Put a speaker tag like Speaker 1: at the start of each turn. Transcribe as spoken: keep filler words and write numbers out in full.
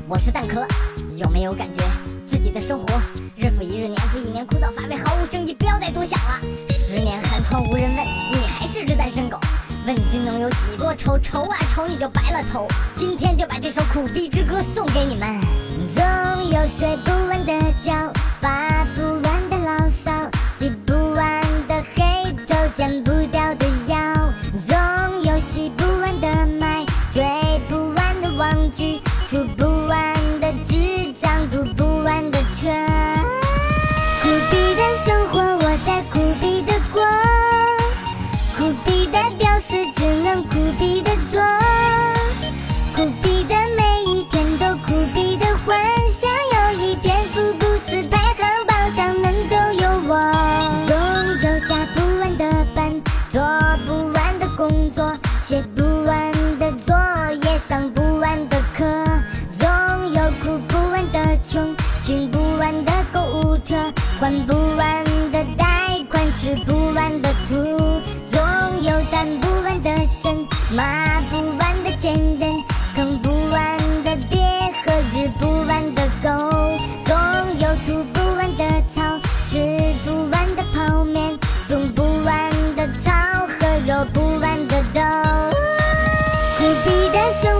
Speaker 1: 我是蛋壳，有没有感觉自己的生活日复一日，年复一年，枯燥乏味，毫无生机？不要再多想了。十年寒窗无人问，你还是只单身狗。问君能有几多愁？愁啊愁，你就白了头。今天就把这首苦逼之歌送给你们。
Speaker 2: 总有睡不完的觉，发不完的牢骚，记不完的黑头，减不掉的腰。总有洗不完的麦，追不完的网剧，出不完的智障，读不完的车。苦逼的生活，我在苦逼的过，苦逼的屌丝只能苦逼的做，苦逼的每一天都苦逼的幻想，有一天福布斯排行榜上能够有我。总有加不完的班，做不完的工作，写不完的作业，上不完的课。总有哭不完的穷，请不完的购物车，还不完的贷款，吃不完的土。总有担不完的神，骂不完的贱人，坑不完的爹和日不完的狗。总有吐不完的草，吃不完的泡面，种不完的草和揉不完的豆。苦逼的生